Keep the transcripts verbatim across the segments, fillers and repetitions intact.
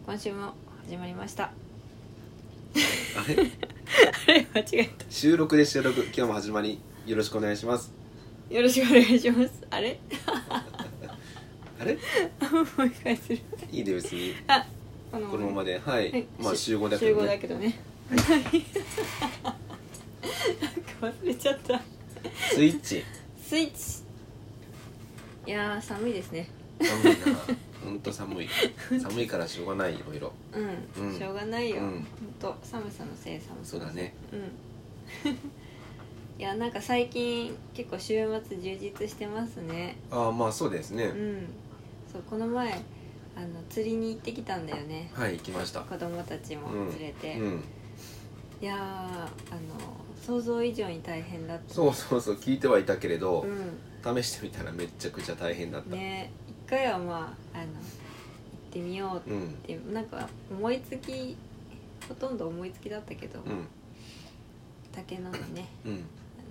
今週も始まりました。 あれあれ間違えた。 収録で収録、今日も始まりよろしくお願いします。 よろしくお願いします。あれあれもう一回する。 いいで別にあこのこのままで、はい、 はい、 まあ集合だけどね。 集合だけどね。なんか忘れちゃった。 スイッチスイッチ。いやー寒いですね。 寒いな。ほんと寒い。寒いからしょうがないいろいろ。 うん、うん、しょうがないよ。ほ、うんと寒さのせい寒さのせい。 そうだね。 うん。いやなんか最近結構週末充実してますね。 ああまあそうですね。 うん。そうこの前あの釣りに行ってきたんだよね。 はい行きました。 子供たちも連れて。 うんうん、 いやあの想像以上に大変だった、ね。 そうそうそう聞いてはいたけれど、 うん、 試してみたらめっちゃくちゃ大変だった。 ね一回はまああの行ってみようって、うん、なんか思いつきほとんど思いつきだったけど、うん、竹野のね、うん、あの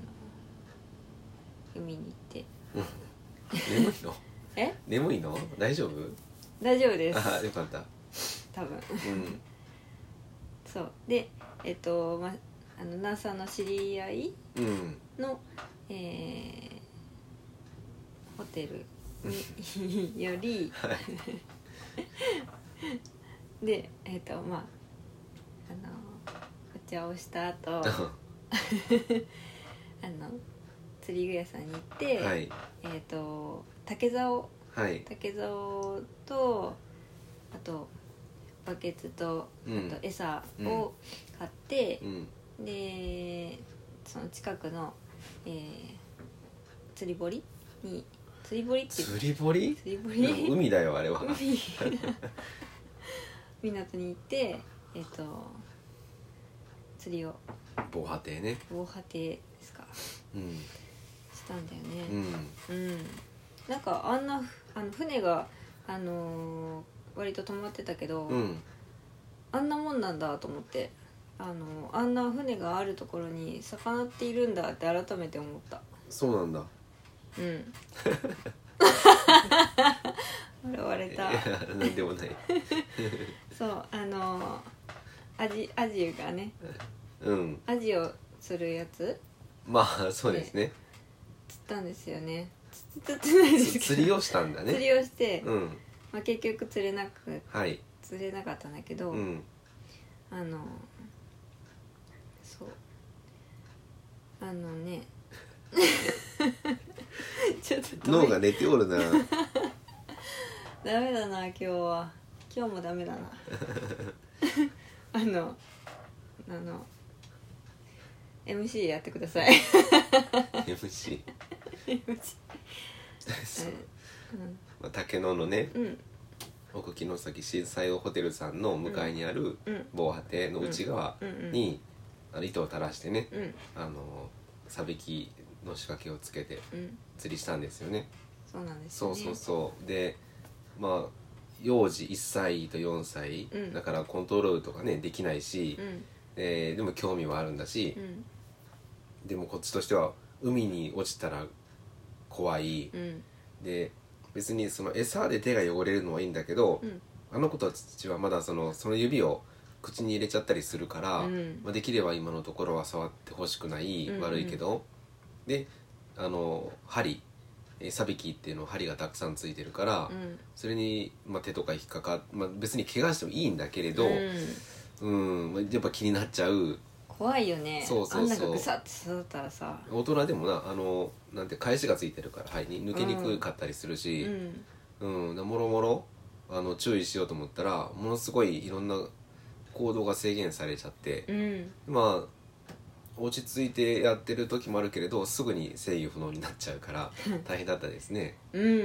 海に行って、 うん、眠いの？ え？ 眠いの？大丈夫？大丈夫です。 あよかった。 多分。 うん。 そうでえっとまあの ナサ の知り合いの、うん、えー、ホテルにより、はい、でえっとまああのお茶をした後あの釣り具屋さんに行って、はい、えっと竹竿、はい、竹竿とあとバケツと、うん、あと餌を買って、うん、でその近くの、えー、釣り堀に釣り堀って釣り堀？ 釣り堀海だよあれは。 海港に行ってえっ、ー、と釣りを防波堤ね。 防波堤ですか。うん。したんだよね。うん。うん。なんかあんなあの船があのー、割と止まってたけど、うん、あんなもんなんだと思って、あのあんな船があるところに魚っているんだって改めて思った。 そうなんだ。 うん。笑われた。 いやなんでもない。 そうあのアジアジがね、 うん、 アジを釣るやつ。 まあそうですね。 釣ったんですよね。釣ってないですけど。 釣りをしたんだね。 釣りをして、 うん、 まあ、結局釣れなく、 はい、 釣れなかったんだけど、うん、あのそうあのねちょっと脳が寝ておるな。 ダメだな今日は今日もダメだなあのあの エムシー やってください。 エムシーエムシーそう、うんまあ、竹野のね、うん、奥城崎震災ホテルさんの向かいにある防波堤の内側に、うんうん、糸を垂らしてね、うん、あのサビキの仕掛けをつけて釣りしたんですよね。 そうなんですね。 そうそうそうでまあ幼児いっさいとよんさい、うん、だからコントロールとかねできないし、うんえー、でも興味はあるんだし、うん、でもこっちとしては海に落ちたら怖い、うん、で別にその餌で手が汚れるのはいいんだけど、うん、あの子たちはまだその、その指を口に入れちゃったりするから、うんまあ、できれば今のところは触ってほしくない、うんうん、悪いけどであの針サビキっていうの針がたくさんついてるから、うん、それに、まあ、手とか引っかかっ、まあ、別に怪我してもいいんだけれど、うんうん、やっぱ気になっちゃう。 怖いよね。そうそうそう、あんながグサッて刺さったらさ大人でもなあのなんて返しがついてるから針に抜けにくかったりするし、うんうん、もろもろあの注意しようと思ったらものすごいいろんな行動が制限されちゃって、うん、まあ落ち着いてやってる時もあるけれどすぐに制御不能になっちゃうから大変だったですね。うん、うん、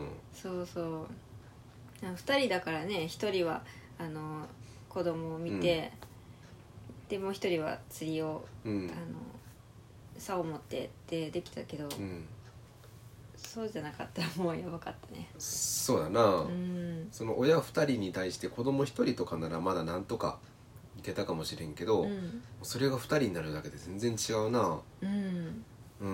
そうそうふたりだからね。ひとりはあの子供を見て、うん、でもうひとりは釣りを、うん、あの竿を持ってでできたけど、うん、そうじゃなかったらもうやばかったね。 そうだな、うん、その親ふたりに対して子供ひとりとかならまだなんとかいけたかもしれんけど、うん、それがふたりになるだけで全然違うな。うん、 うん、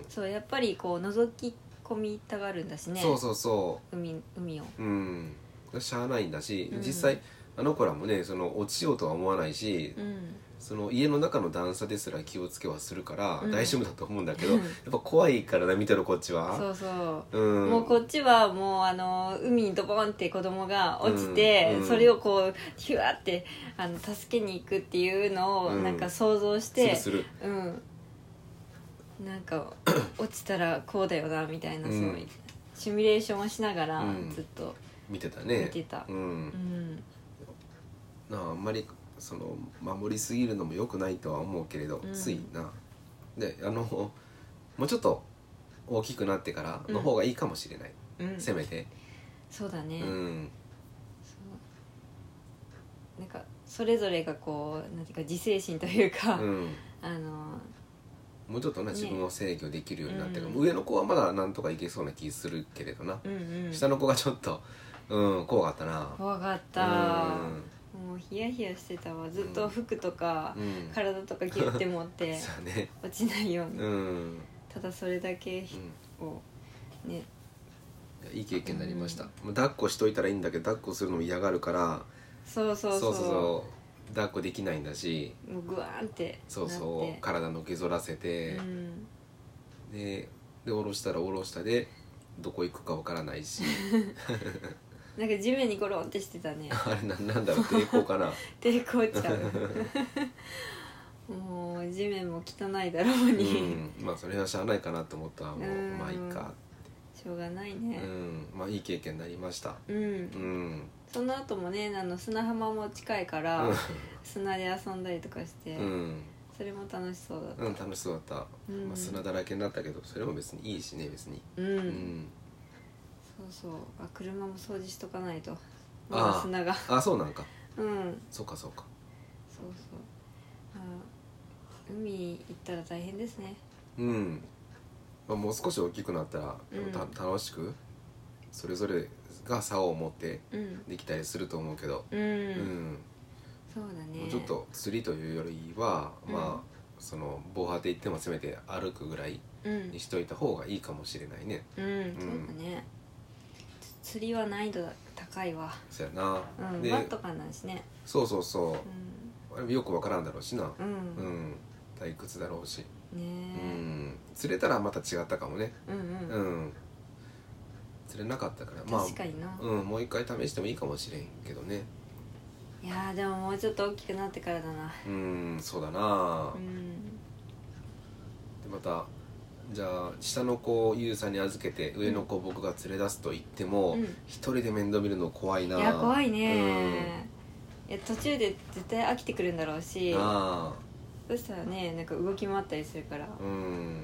そうやっぱりこう覗き込みたがるんだしね。 そうそうそう海, 海をうんしゃあないんだし、うん、実際あの子らもねその落ちようとは思わないし、うん、その家の中の段差ですら気をつけはするから大丈夫だと思うんだけど、うん、やっぱ怖いからな見てるこっちは。 そうそう、うん、もうこっちはもうあの海にドボンって子供が落ちて、うん、それをこうヒュワってあの助けに行くっていうのをなんか想像して、うん、するする、うん、なんか落ちたらこうだよなみたいな、うん、そういうシミュレーションをしながらずっと見てたね。 見てた、うんうんなあ、あんまりその守りすぎるのも良くないとは思うけれど、うん、ついなであのもうちょっと大きくなってからの方がいいかもしれない、うん、せめてそうだね、うん、そうなんかそれぞれがこうなんていうか自制心というか、うん、あのもうちょっとね自分を制御できるようになって、うん、上の子はまだなんとかいけそうな気するけれどな、うんうん、下の子がちょっと、うん、怖かったな。 怖かった、うんもうヒヤヒヤしてたわ。ずっと服とか、うん、体とかギュッて持って、ね、落ちないように、うん、ただそれだけを、うん、ねいい経験になりました、うん、抱っこしといたらいいんだけど抱っこするのも嫌がるからそうそうそう、そうそうそう抱っこできないんだしもうグワーンってなってそうそう体のけぞらせて、うん、でで下ろしたら下ろしたでどこ行くかわからないしなんか地面にゴロンってしてたねあれ な, なんだろう抵抗かな抵抗ちゃうもう地面も汚いだろうに、 うん、まあそれはしゃあないかなと思ったらもうまあいいかしょうがないね、 うん、まあいい経験になりました、うん、うん、 その後もねあの砂浜も近いから、うん、砂で遊んだりとかして、うん、それも楽しそうだった。 うん楽しそうだった、うんまあ、砂だらけになったけどそれも別にいいしね別にうん、うんそうそうあ車も掃除しとかないとまだ砂がああそうなんかうんそうかそうかそうそうあ海行ったら大変ですねうん、まあ、もう少し大きくなったら、うん、た楽しくそれぞれが竿を持ってできたりすると思うけど、うん、うん、 そうだねちょっと釣りというよりは、うん、まあその防波堤行ってもせめて歩くぐらいにしといた方がいいかもしれないねうん、うん、そうだね釣りは難易度高いわそうやな、 うん、でマットかなんしねそうそうそう、うん、あれよくわからんだろうしな、うんうん、退屈だろうし、ねうん、釣れたらまた違ったかもねうん、うんうん、釣れなかったからまあ確かにな、 うん、もう一回試してもいいかもしれんけどねいやでももうちょっと大きくなってからだなうんそうだな、うん、でまたじゃあ下の子をゆうさんに預けて上の子を僕が連れ出すと言っても、うん、一人で面倒見るの怖いな。 いや怖いね、うん、いや途中で絶対飽きてくるんだろうしあそしたらねなんか動き回ったりするからうん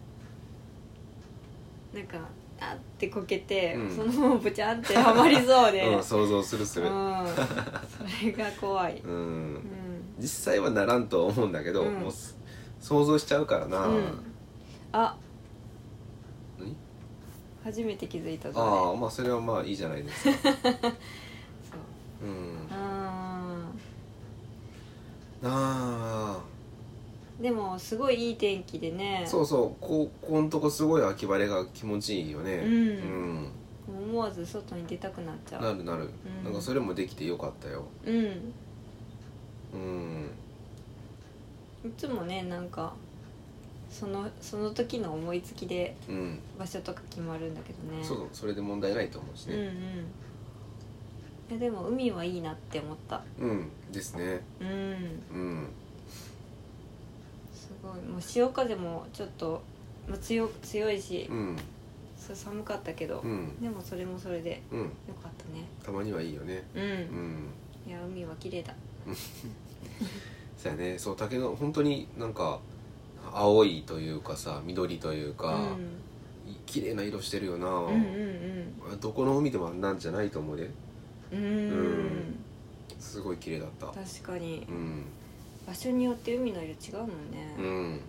なんかあってこけて、うん、そのままブチャンってはまりそうで、 うん、想像するする、うん、 それが怖い、うんうん、 実際はならんと思うんだけど、うん、もう想像しちゃうからな、うんあ何初めて気づいたぞ、ね、 ああまあそれはまあいいじゃないですかそううんああでもすごいいい天気でねそうそうこここのとこすごい秋晴れが気持ちいいよねうん、うん、 思わず外に出たくなっちゃうなるなる、うん、なんかそれもできてよかったようんうんいつもねなんかそのその時の思いつきで場所とか決まるんだけどね、 うん、そうそれで問題ないと思うしねうんうんいやでも海はいいなって思ったうんですねうんうんすごいもう潮風もちょっと、まあ、強, 強いし、うん、そう寒かったけど、うん、でもそれもそれでよかったね、 たまにはいいよねうん、うん、 いや海は綺麗だそうやねそう竹の本当になんか青いというかさ緑というか、うん、綺麗な色してるよな、うんうんうん、どこの海でもあんなんじゃないと思うでうん、うん、すごい綺麗だった確かに、うん、場所によって海の色違うもんねうん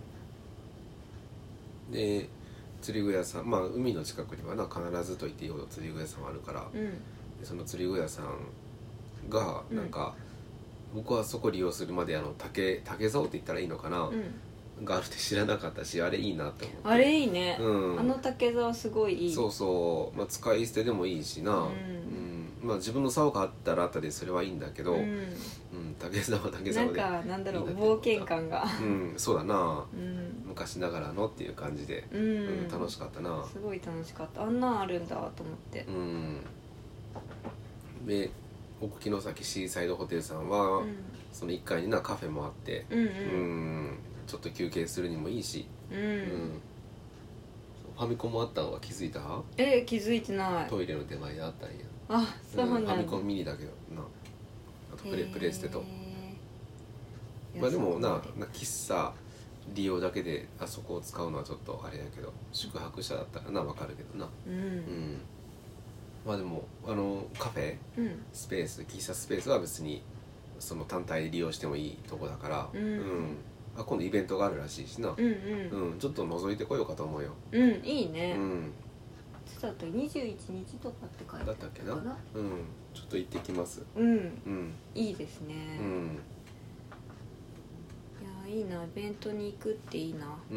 で釣り具屋さんまあ海の近くにはな必ずと言っていいほど釣り具屋さんあるから、うん、でその釣り具屋さんがなんか、うん、僕はそこ利用するまであの竹竹竿って言ったらいいのかな、うんがあるって知らなかったしあれいいなって思ってあれいいね、うん、あの竹竿すごいいいそうそう、まあ、使い捨てでもいいしな、うん、うん、 まあ自分の竿があったらあったでそれはいいんだけど、うん、うん、竹竿は竹竿でなんかなんだろう冒険感がうんそうだな、うん、昔ながらのっていう感じで、うんうん、楽しかったな。 すごい楽しかった。あんなんあるんだと思って、うん、 で奥城崎シーサイドホテルさんは、うん、そのいっかいになカフェもあって、うんうんうん、ちょっと休憩するにもいいし、うんうん、ファミコンもあったのは気づいた？ え気づいてない。 トイレの手前であったんや。 あそうなんだ、 うん、ファミコンミニだけどな、あとプレプレステと、まあでもなな喫茶利用だけであそこを使うのはちょっとあれやけど、宿泊者だったらな分かるけどな、うん、うん、まあでもあのカフェ、うん、スペース喫茶スペースは別にその単体で利用してもいいとこだから、うん、うん、あ今度イベントがあるらしいしな、うんうんうん、ちょっと覗いてこようかと思うよ。 うんいいね、うん、ちょっとにじゅういちにちとかって書いてあるだったっけな、うん、ちょっと行ってきます。 うん、うん、いいですね、うん、いやいいな、イベントに行くっていいな、うん、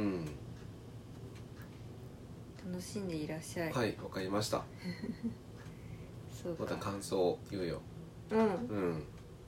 楽しんでいらっしゃい。 はいわかりましたそうか、また感想を言うよ。うん、うん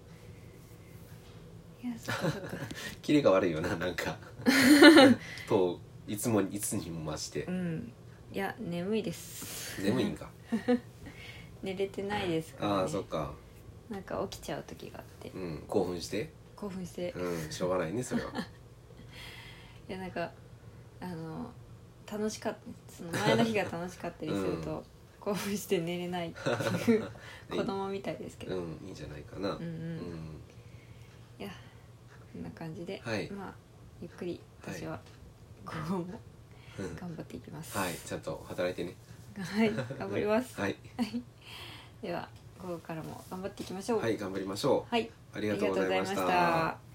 いやそっかそっかキレが悪いよな、なんかといつもいつにも増して、うん、 いや眠いです眠いんか寝れてないですから、ね、 ああそっか、 なんか起きちゃう時があって、 うん、興奮して興奮してうんしょうがないねそれはいやなんかあの楽しかったその前の日が楽しかったりすると、うん、興奮して寝れないっていう子供みたいですけど、 うん、いいんじゃないかな、うんうんうん、 いやこんな感じで、はい、まあゆっくり私は午後も頑張っていきます、 うん、はいちゃんと働いてね。 はい頑張りますはいでは午後からも頑張っていきましょう。 はい頑張りましょう。 はいありがとうございました。